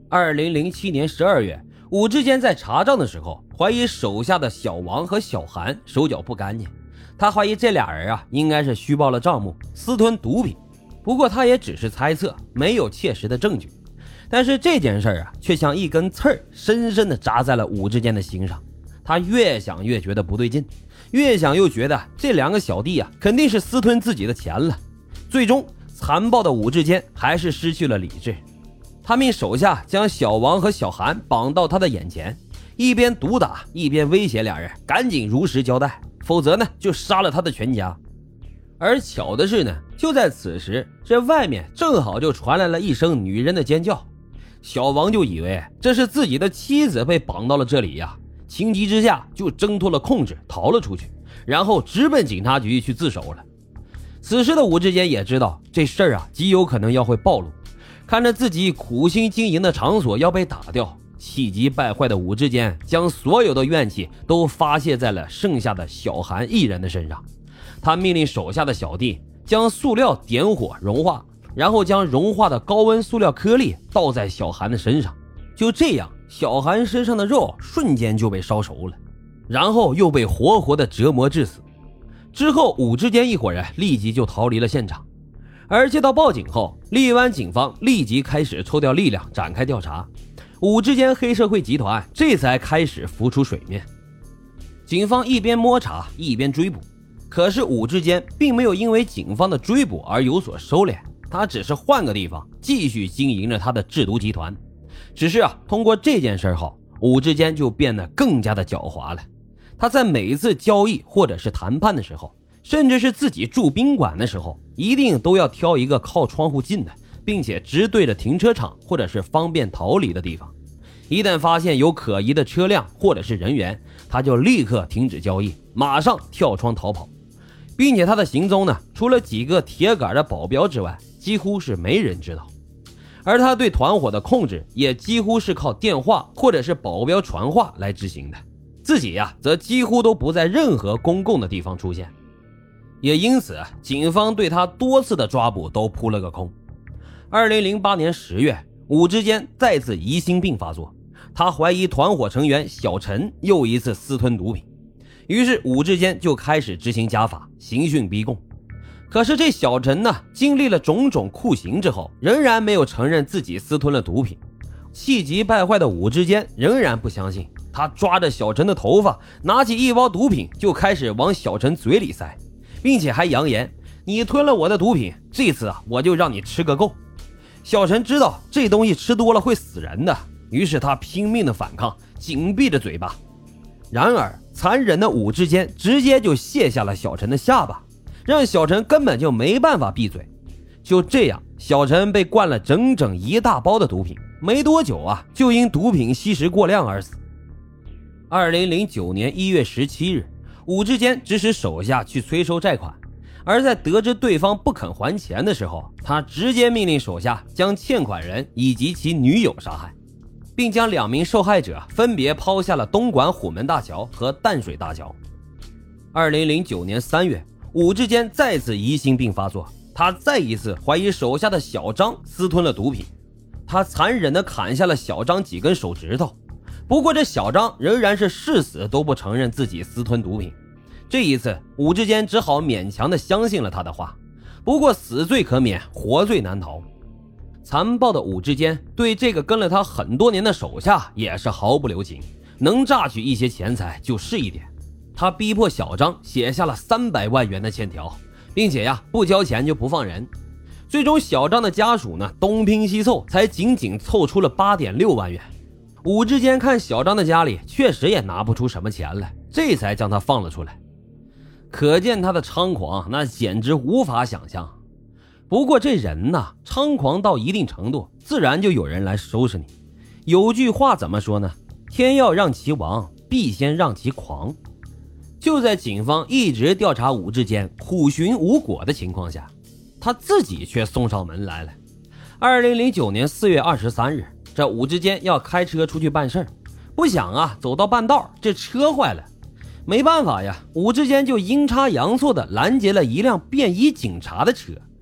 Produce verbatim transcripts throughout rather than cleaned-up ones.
二零零七年十二月，武志坚在查账的时候，怀疑手下的小王和小韩手脚不干净，他怀疑这俩人啊应该是虚报了账目，私吞毒品。不过他也只是猜测，没有切实的证据。但是这件事啊，却像一根刺儿，深深地扎在了武志坚的心上。他越想越觉得不对劲，越想又觉得这两个小弟啊，肯定是私吞自己的钱了。最终，残暴的武志坚还是失去了理智。他命手下将小王和小韩绑到他的眼前，一边毒打一边威胁两人赶紧如实交代，否则呢就杀了他的全家。而巧的是呢，就在此时，这外面正好就传来了一声女人的尖叫。小王就以为这是自己的妻子被绑到了这里呀，情急之下就挣脱了控制逃了出去，然后直奔警察局去自首了。此时的武志坚也知道这事儿啊极有可能要会暴露，看着自己苦心经营的场所要被打掉，气急败坏的武志坚将所有的怨气都发泄在了剩下的小韩一人的身上。他命令手下的小弟将塑料点火融化，然后将融化的高温塑料颗粒倒在小韩的身上。就这样，小韩身上的肉瞬间就被烧熟了，然后又被活活的折磨致死。之后武志坚一伙人立即就逃离了现场。而接到报警后，荔湾警方立即开始抽调力量展开调查，武志坚黑社会集团这才开始浮出水面。警方一边摸查一边追捕，可是武志坚并没有因为警方的追捕而有所收敛，他只是换个地方继续经营着他的制毒集团。只是啊，通过这件事后，武志坚就变得更加的狡猾了。他在每一次交易或者是谈判的时候，甚至是自己住宾馆的时候，一定都要挑一个靠窗户近的，并且直对着停车场或者是方便逃离的地方。一旦发现有可疑的车辆或者是人员，他就立刻停止交易，马上跳窗逃跑。并且他的行踪呢，除了几个铁杆的保镖之外，几乎是没人知道。而他对团伙的控制也几乎是靠电话或者是保镖传话来执行的，自己呀、啊、则几乎都不在任何公共的地方出现。也因此，警方对他多次的抓捕都扑了个空。二零零八年十月，武志坚再次疑心病发作，他怀疑团伙成员小陈又一次私吞毒品，于是武志坚就开始执行家法，刑讯逼供。可是这小陈呢，经历了种种酷刑之后，仍然没有承认自己私吞了毒品。气急败坏的武志坚仍然不相信，他抓着小陈的头发，拿起一包毒品就开始往小陈嘴里塞，并且还扬言，你吞了我的毒品，这次啊我就让你吃个够。小陈知道这东西吃多了会死人的，于是他拼命的反抗，紧闭着嘴巴。然而残忍的武志坚直接就卸下了小陈的下巴，让小陈根本就没办法闭嘴。就这样，小陈被灌了整整一大包的毒品，没多久啊就因毒品吸食过量而死。二零零九年一月十七日，武志坚指使手下去催收债款，而在得知对方不肯还钱的时候，他直接命令手下将欠款人以及其女友杀害，并将两名受害者分别抛下了东莞虎门大桥和淡水大桥。二零零九年三月，武志坚再次疑心病发作，他再一次怀疑手下的小张私吞了毒品，他残忍地砍下了小张几根手指头。不过这小张仍然是誓死都不承认自己私吞毒品。这一次武志坚只好勉强地相信了他的话，不过死罪可免，活罪难逃。残暴的武志坚对这个跟了他很多年的手下也是毫不留情，能榨取一些钱财就是一点。他逼迫小张写下了三百万元的欠条，并且呀不交钱就不放人。最终小张的家属呢东拼西凑，才仅仅凑出了 八点六万元。武志坚看小张的家里确实也拿不出什么钱来，这才将他放了出来。可见他的猖狂那简直无法想象。不过这人呐，猖狂到一定程度，自然就有人来收拾你。有句话怎么说呢？天要让其亡，必先让其狂。就在警方一直调查武志坚苦寻无果的情况下，他自己却送上门来了。二零零九年四月二十三日，这武志坚要开车出去办事儿，不想啊走到半道这车坏了。没办法呀，武志坚就阴差阳错的拦截了一辆便衣警察的车。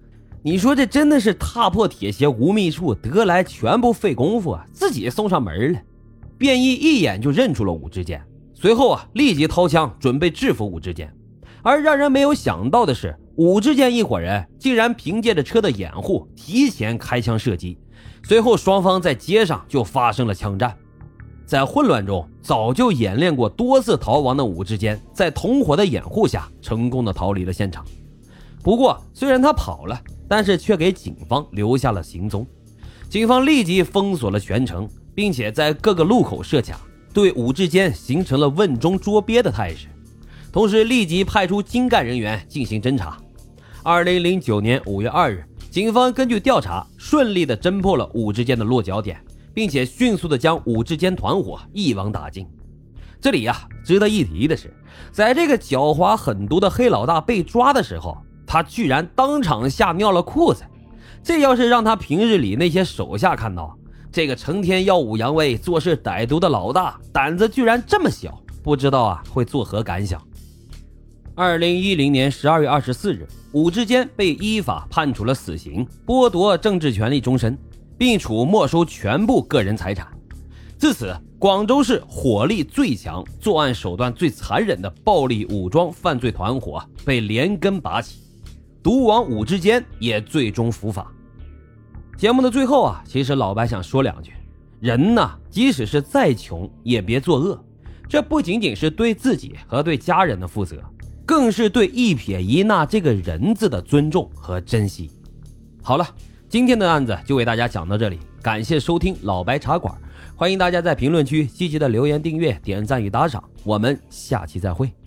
你说这真的是踏破铁鞋无觅处，得来全不费工夫啊，自己送上门了。卞义一眼就认出了武志坚，随后啊立即掏枪准备制服武志坚。而让人没有想到的是，武志坚一伙人竟然凭借着车的掩护提前开枪射击，随后双方在街上就发生了枪战。在混乱中，早就演练过多次逃亡的武志坚在同伙的掩护下成功的逃离了现场。不过虽然他跑了，但是却给警方留下了行踪。警方立即封锁了全城，并且在各个路口设卡，对武志坚形成了瓮中捉鳖的态势，同时立即派出精干人员进行侦查。二零零九年五月二日，警方根据调查顺利地侦破了武志坚的落脚点，并且迅速地将武志坚团伙一网打尽。这里呀、啊，值得一提的是，在这个狡猾狠毒的黑老大被抓的时候，他居然当场吓尿了裤子。这要是让他平日里那些手下看到，这个成天耀武扬威、做事歹毒的老大胆子居然这么小，不知道啊会作何感想。二零一零年十二月二十四日，武志坚被依法判处了死刑，剥夺政治权利终身，并处没收全部个人财产。自此，广州市火力最强、作案手段最残忍的暴力武装犯罪团伙被连根拔起，毒王武志坚也最终伏法。节目的最后啊，其实老白想说两句：人呐，即使是再穷，也别作恶。这不仅仅是对自己和对家人的负责，更是对一撇一捺这个人字的尊重和珍惜。好了，今天的案子就为大家讲到这里，感谢收听老白茶馆，欢迎大家在评论区积极的留言、订阅、点赞与打赏，我们下期再会。